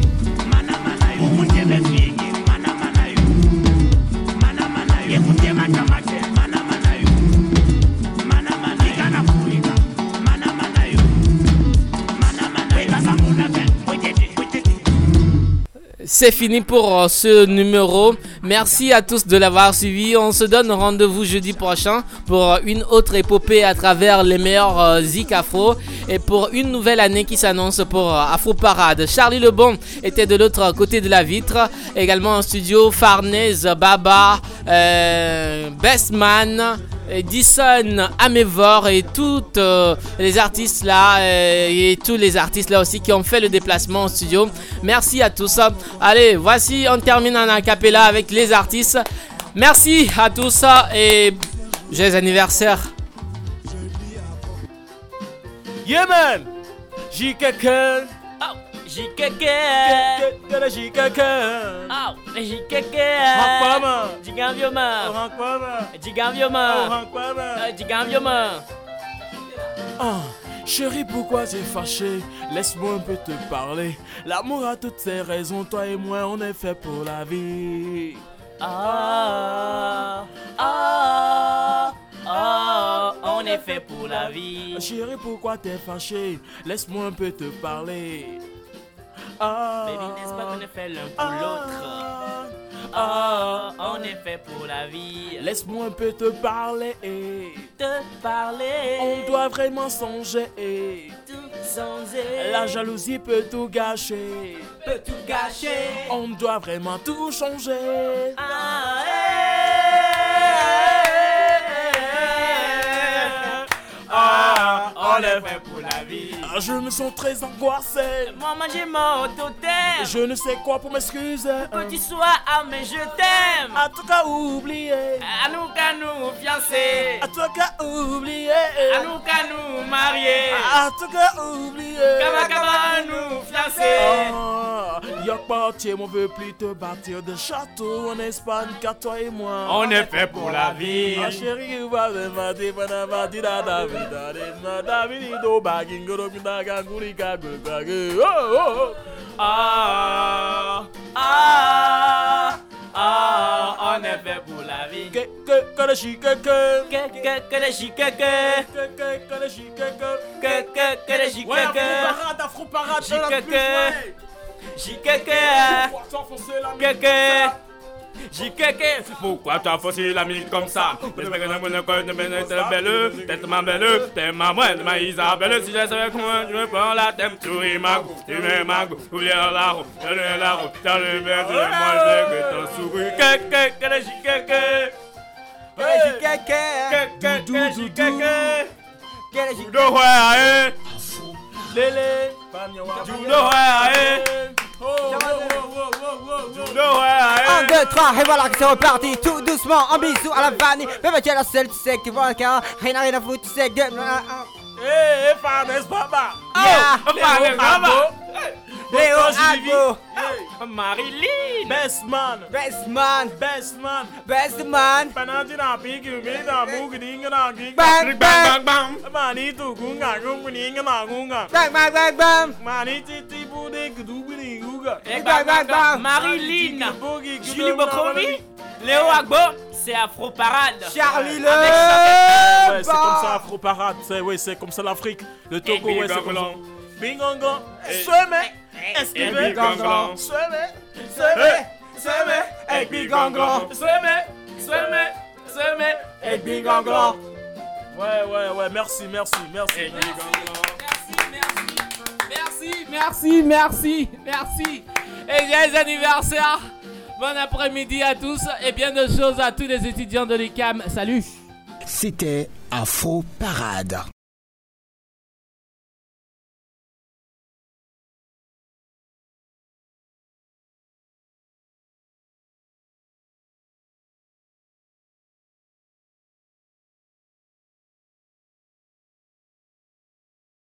E: C'est fini pour ce numéro. Merci à tous de l'avoir suivi. On se donne rendez-vous jeudi prochain pour une autre épopée à travers les meilleurs zik afro et pour une nouvelle année qui s'annonce pour Afro Parade. Charlie Lebon était de l'autre côté de la vitre. Également en studio, Farnèse, Baba, Bestman, Dyson, Amévor et toutes les artistes là et tous les artistes là aussi qui ont fait le déplacement au studio. Merci à tous. Allez, voici, on termine en acapella avec les artistes. Merci à tous et joyeux anniversaire.
A: Yeah man, J.K.K.
E: J.K.K.
A: J.K.K.
E: Oh, J.K.K.
A: Chérie, pourquoi t'es fâché? Laisse-moi un peu te parler. L'amour a toutes ses raisons, toi et moi on est fait pour la vie.
E: On est fait pour la vie.
A: Chérie, pourquoi t'es fâché? Laisse-moi un peu te parler.
E: Baby, n'est-ce pas qu'on est fait l'un pour l'autre? On est fait pour la vie.
A: Laisse-moi un peu te parler. On doit vraiment songer. La jalousie peut tout gâcher. On doit vraiment tout changer.
E: On est fait pour la vie.
A: Je me sens très angoissé.
E: Maman, j'ai mon totem.
A: Je ne sais quoi pour m'excuser.
E: Que tu sois mais je t'aime.
A: À tout cas oublier.
E: À nous qu'à nous fiancer.
A: À tout cas oublier.
E: À nous qu'à nous marier.
A: À tout cas oublier.
E: Kama nous fiancer.
A: Y'a parti, on veut plus te bâtir de château en Espagne qu'à toi et moi.
E: On est fait pour la vie.
A: Ma chérie, va me mater, va dire à David,
E: on est fait pour la vie.
A: Afro parade,
I: pourquoi t'as forcé la musique comme ça? J'espère que t'es belle, t'es ma belle, t'es ma moelle, ma Isabelle. Si je savais comment je me prends la tête, tu es ma go, tu es ma go, oublie la roue, t'as le verre, moi je sais que t'as souri.
H: Un, deux, trois, et voilà que c'est reparti. Tout doucement, en bisou à la vanille. Bébé, tu es la seule, tu sais que tu vois le cas. Rien à rien à foutre, tu sais que.
A: Hey, Farnes Baba.
I: Farnes Baba.
H: Léo Agbo.
I: Marilyn.
A: Best man. Panantina pigi mina mugini na ginga.
H: Bang bang.
A: Mani tu gunga gungini na gunga.
H: Bang.
A: Mani titi bude kudubini gunga.
H: Bang.
I: Marilyn. Julie Bokomi. Léo Agbo. C'est Afro Parade.
H: Charlie le.
A: Ouais, c'est comme ça Afro Parade. C'est comme ça l'Afrique. Le Togo, ouais, c'est comme ça. Bingongo. Sweme. Esquive. Sweme. Et bingongo. Sweme. Et bingongo. Ouais. Merci.
E: Et joyeux anniversaire. Bon après-midi à tous et bien de choses à tous les étudiants de l'UQAM. Salut.
T: C'était Afro Parade.